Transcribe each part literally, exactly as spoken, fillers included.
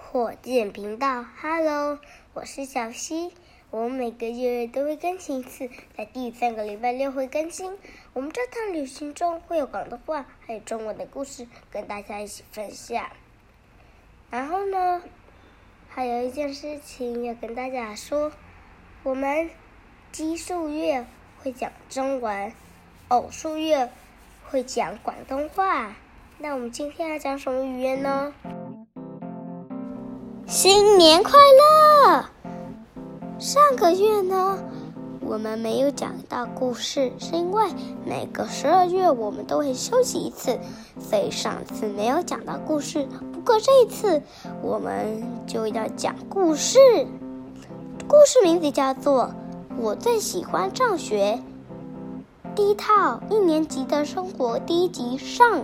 火箭频道 ，Hello， 我是小溪。我们每个月都会更新一次，在第三个礼拜六会更新。我们这趟旅行中会有广东话还有中文的故事跟大家一起分享。然后呢，还有一件事情要跟大家说，我们奇数月会讲中文，偶数月会讲广东话。那我们今天要讲什么语言呢？新年快乐！上个月呢，我们没有讲到故事，是因为每个十二月我们都会休息一次，所以上次没有讲到故事。不过这一次我们就要讲故事，故事名字叫做《我最喜欢上学》，第一套一年级的生活第一集上。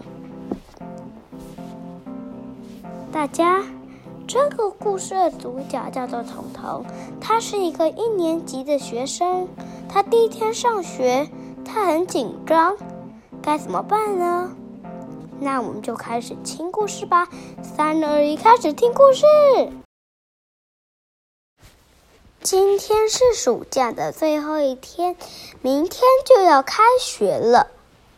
大家，这个故事的主角叫做彤彤，他是一个一年级的学生。他第一天上学，他很紧张，该怎么办呢？那我们就开始听故事吧。三二一，开始听故事。今天是暑假的最后一天，明天就要开学了。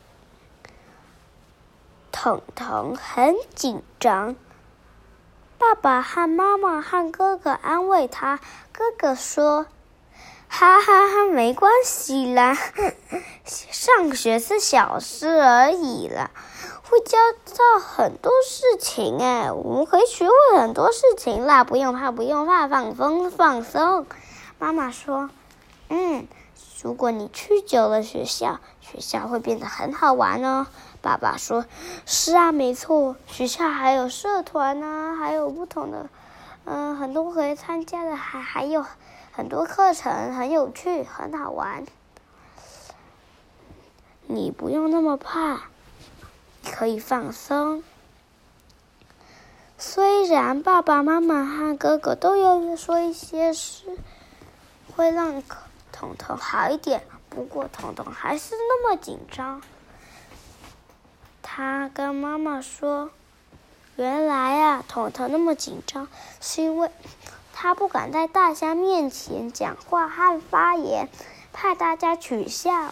彤彤很紧张。爸爸和妈妈和哥哥安慰他，哥哥说：“哈哈哈，没关系啦，上学是小事而已啦，会教到很多事情哎，我们可以学会很多事情啦，不用怕，不用怕，放松放松。”妈妈说：“嗯，如果你去久了学校，学校会变得很好玩哦。”爸爸说：“是啊，没错，学校还有社团啊，还有不同的，嗯、呃，很多可以参加的，还还有很多课程，很有趣，很好玩。你不用那么怕，你可以放松。虽然爸爸妈妈和哥哥都有说一些事会让彤彤好一点，不过彤彤还是那么紧张。”他跟妈妈说：“原来啊，彤彤那么紧张，是因为他不敢在大家面前讲话和发言，怕大家取笑。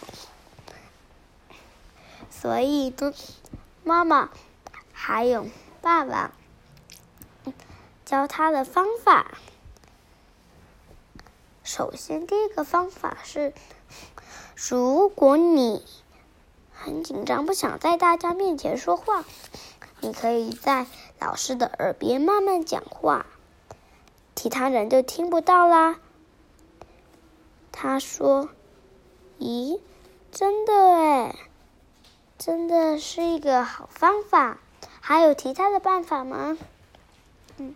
所以呢，妈妈还有爸爸教他的方法。首先，第一个方法是，如果你很紧张，不想在大家面前说话，你可以在老师的耳边慢慢讲话，其他人就听不到啦。”他说：“咦，真的耶，真的是一个好方法。还有其他的办法吗？”嗯，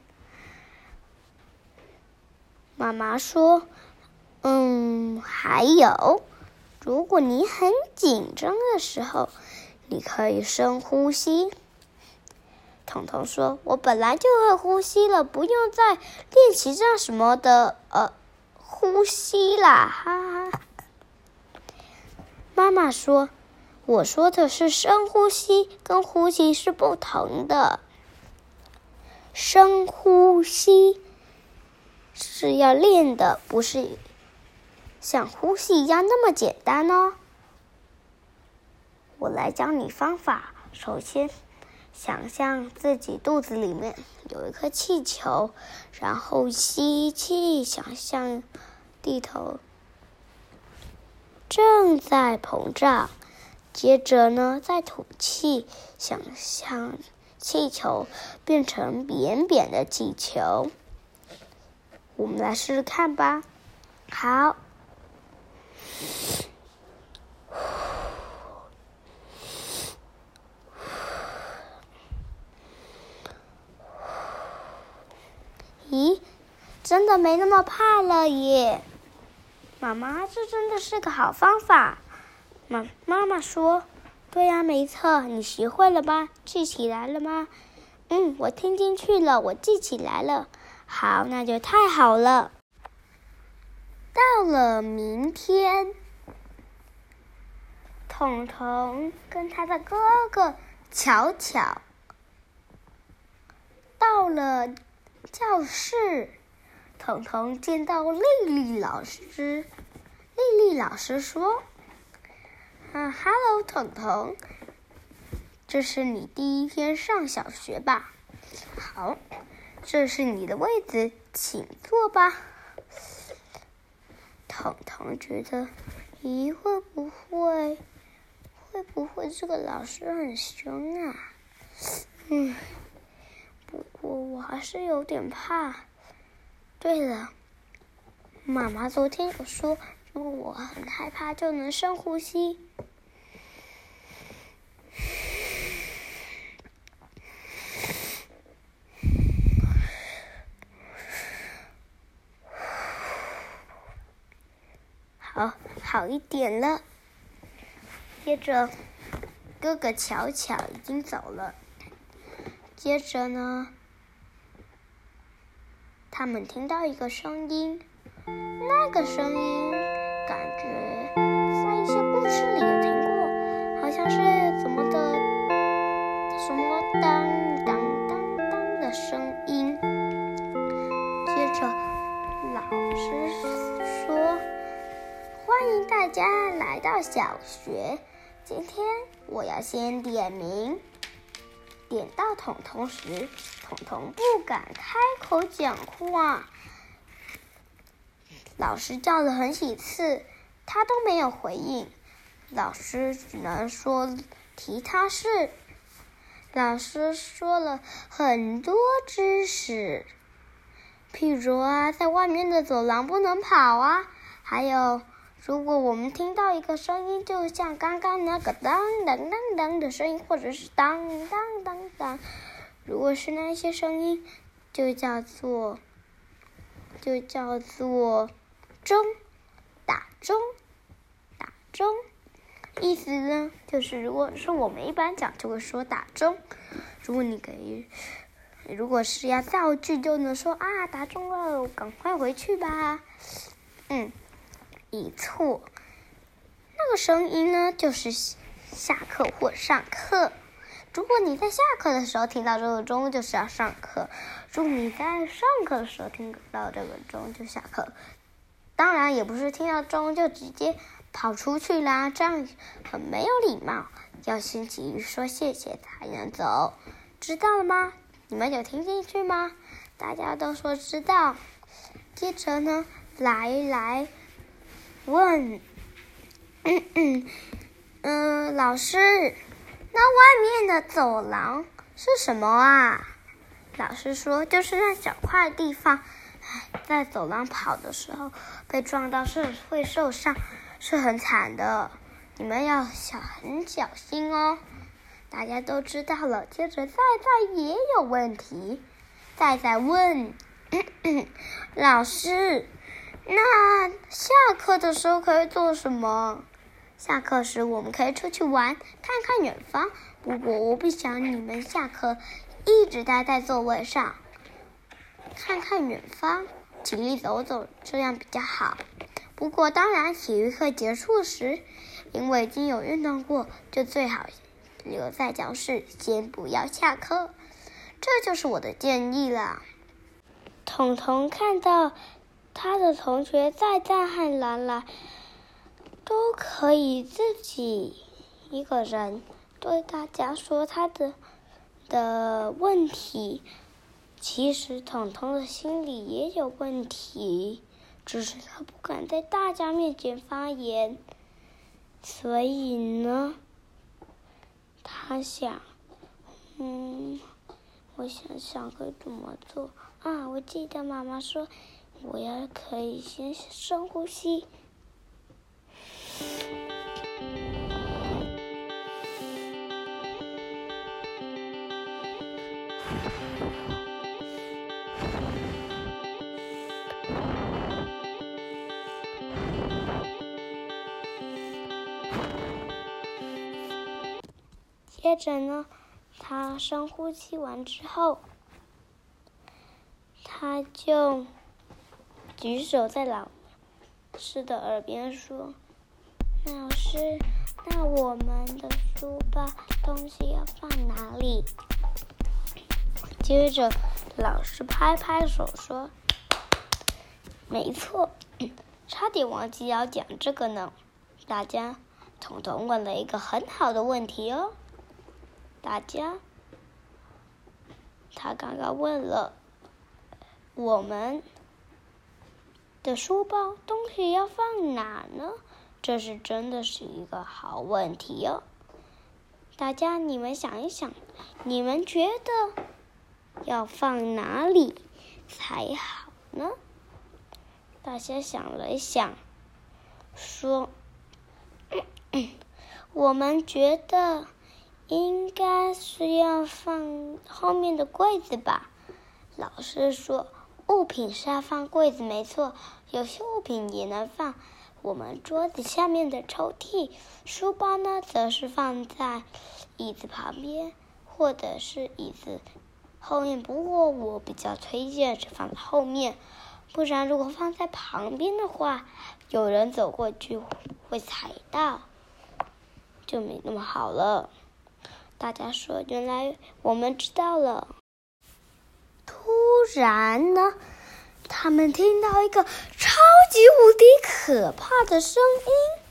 妈妈说：“嗯，还有。如果你很紧张的时候，你可以深呼吸。”彤彤说：“我本来就会呼吸了，不用再练习这什么的呃呼吸啦，哈哈。”妈妈说：“我说的是深呼吸，跟呼吸是不同的。深呼吸是要练的，不是像呼吸一样那么简单哦。我来教你方法。首先，想象自己肚子里面有一颗气球，然后吸气，想象地头正在膨胀。接着呢，再吐气，想象气球变成扁扁的气球。我们来试试看吧。好。咦，真的没那么怕了耶！妈妈，这真的是个好方法。妈妈妈说：“对呀，没错，你学会了吧？记起来了吗？”“嗯，我听进去了，我记起来了。”“好，那就太好了。”到了明天，彤彤跟他的哥哥巧巧到了教室，彤彤见到丽丽老师。丽丽老师说：“啊 ，Hello， 彤彤，这是你第一天上小学吧？好，这是你的位子，请坐吧。”彤彤觉得，咦，会不会，会不会这个老师很凶啊？嗯，不过我还是有点怕。对了，妈妈昨天有说，如果我很害怕，就能深呼吸。好，好一点了。接着，哥哥巧巧已经走了。接着呢，他们听到一个声音，那个声音感觉在一些故事里有听过，好像是怎么的，什么当当当当的声音。接着，老师说：“欢迎大家来到小学。今天我要先点名，点到彤彤时，彤彤不敢开口讲话。老师叫了很几次，他都没有回应。老师只能说提他事。老师说了很多知识，譬如啊，在外面的走廊不能跑啊，还有，如果我们听到一个声音，就像刚刚那个当当当当的声音，或者是当当当当，如果是那些声音，就叫做就叫做钟，打钟，打钟。意思呢，就是如果是我们一般讲，就会说打钟。如果你给，如果是要造句，就能说啊，打钟了，赶快回去吧。嗯。没错，那个声音呢，就是下课或上课。如果你在下课的时候听到这个钟，就是要上课；如果你在上课的时候听到这个钟，就下课。当然，也不是听到钟就直接跑出去啦，这样很没有礼貌。要先急于说谢谢才能走，知道了吗？你们有听进去吗？大家都说知道。接着呢，来来。问，嗯嗯嗯，老师，那外面的走廊是什么啊？老师说，就是那小块地方，在走廊跑的时候被撞到是会受伤，是很惨的，你们要小很小心哦。大家都知道了。接着，菜菜也有问题，菜菜问，嗯嗯，老师。那下课的时候可以做什么？下课时我们可以出去玩，看看远方。不过我不想你们下课一直待在座位上，看看远方，起立走走，这样比较好。不过当然，体育课结束时，因为已经有运动过，就最好留在教室，先不要下课。这就是我的建议啦。彤彤看到他的同学在在和兰兰都可以自己一个人对大家说他的的问题，其实彤彤的心里也有问题，只是他不敢在大家面前发言。所以呢，他想，嗯，我想想可以怎么做啊？我记得妈妈说，我要可以先深呼吸。接着呢，他深呼吸完之后，他就举手在老师的耳边说：“老师，那我们的书包东西要放哪里？”接着， 老师拍拍手说：“没错，差点忘记要讲这个呢。大家，彤彤问了一个很好的问题哦。大家，他刚刚问了我们的书包东西要放哪呢？这是真的是一个好问题哦。大家，你们想一想，你们觉得要放哪里才好呢？”大家想了一想，说：“我们觉得应该是要放后面的柜子吧。”老师说：“物品是要放柜子没错，有些物品也能放我们桌子下面的抽屉，书包呢则是放在椅子旁边或者是椅子后面，不过我比较推荐是放在后面，不然如果放在旁边的话，有人走过去会踩到，就没那么好了。”大家说：“原来我们知道了。”突然呢，他们听到一个超级无敌可怕的声音。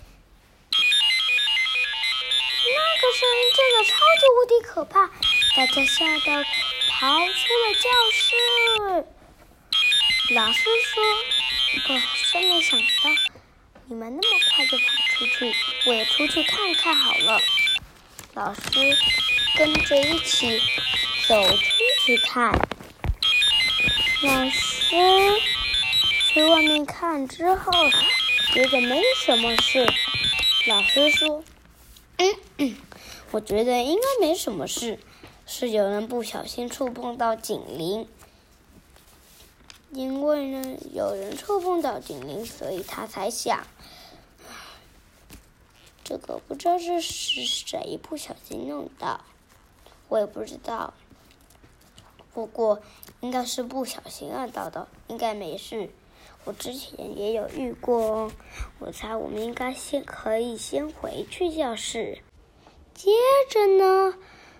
那个声音真的超级无敌可怕，大家吓得跑出了教室。老师说：“我真没想到你们那么快就跑出去，我也出去看看好了。”老师跟着一起走出去看。老师去外面看之后，觉得没什么事。老师说：“嗯嗯，我觉得应该没什么事，是有人不小心触碰到警铃。因为呢，有人触碰到警铃，所以他才想，这个不知道是谁不小心弄到，我也不知道。不过应该是不小心按到的，应该没事。我之前也有遇过哦。我猜我们应该先可以先回去教室。接着呢，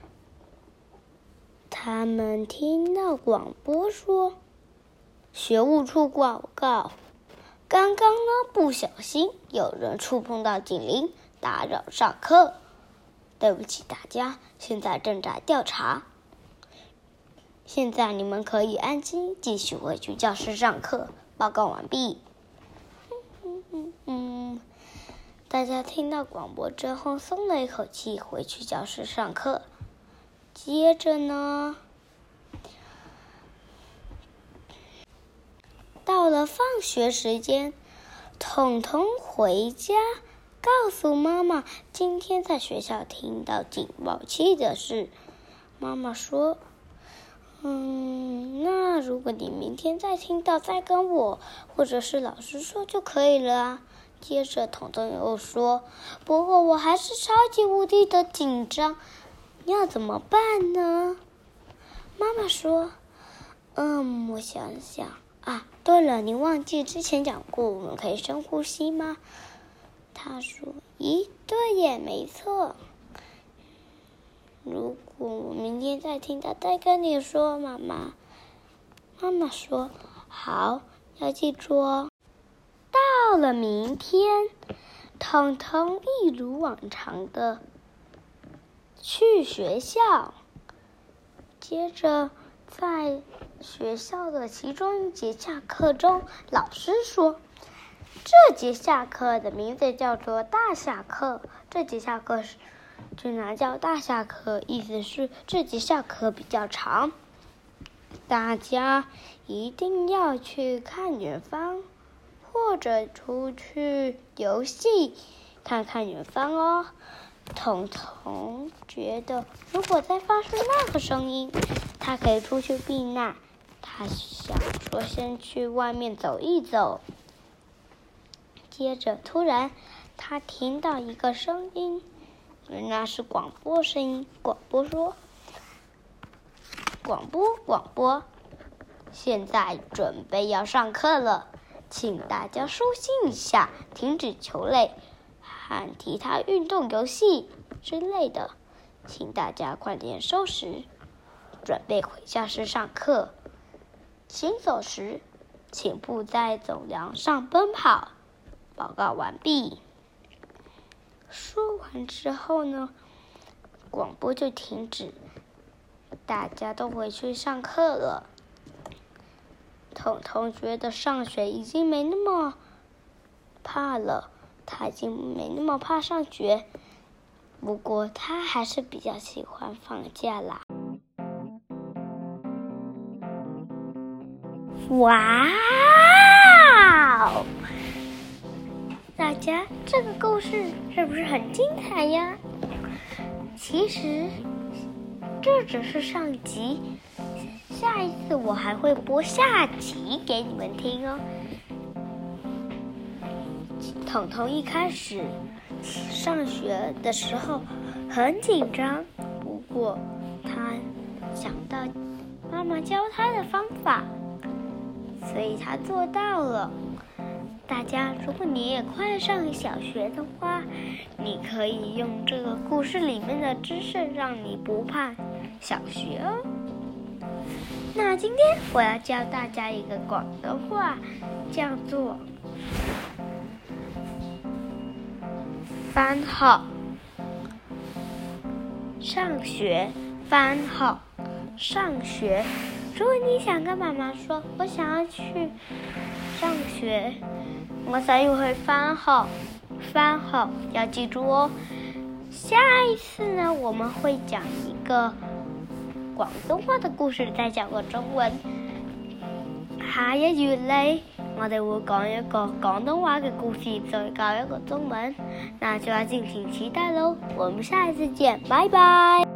他们听到广播说，学务处广告，刚刚呢不小心有人触碰到警铃，打扰上课。对不起大家，现在正在调查。现在你们可以安心继续回去教室上课。报告完毕。嗯嗯嗯，大家听到广播之后松了一口气，回去教室上课。接着呢，到了放学时间，彤彤回家告诉妈妈今天在学校听到警报器的事。妈妈说：“嗯，那如果你明天再听到，再跟我或者是老师说就可以了啊。”接着彤彤又说：“不过我还是超级无敌的紧张，要怎么办呢？”妈妈说：“嗯，我想想啊，对了，你忘记之前讲过我们可以深呼吸吗？”他说：“咦，对耶，没错。如果我明天再听到，再跟你说，妈妈。”妈妈说：“好，要记住哦。”到了明天，彤彤一如往常的去学校。接着，在学校的其中一节下课中，老师说：“这节下课的名字叫做大下课。这节下课是居然叫大下课，意思是这节下课比较长，大家一定要去看远方，或者出去游戏，看看远方哦。”彤彤觉得，如果再发出那个声音，他可以出去避难。他想说先去外面走一走。接着，突然他听到一个声音，那是广播声音。广播说：“广播，广播，现在准备要上课了，请大家收心一下，停止球类和其他运动游戏之类的，请大家快点收拾，准备回教室上课。” 行走时，请勿在走廊上奔跑。报告完毕。说完之后呢，广播就停止，大家都回去上课了。彤彤觉得上学已经没那么怕了，他已经没那么怕上学，不过他还是比较喜欢放假啦。哇哦！大家这个故事是不是很精彩呀？其实这只是上集，下一次我还会播下集给你们听哦。彤彤一开始上学的时候很紧张，不过他想到妈妈教他的方法，所以他做到了。大家，如果你也快上小学的话，你可以用这个故事里面的知识，让你不怕小学哦。那今天我要教大家一个广东话，叫做翻學。上學，翻學，上學。如果你想跟媽媽說，我想要去上學，我想要去翻學，翻學要記住哦。下一次呢，我們會講一個廣東話的故事，再講個中文。下一月呢，我哋會講一個廣東話嘅故事，再教一個中文，那就要敬請期待嘍。我們下一次見，拜拜。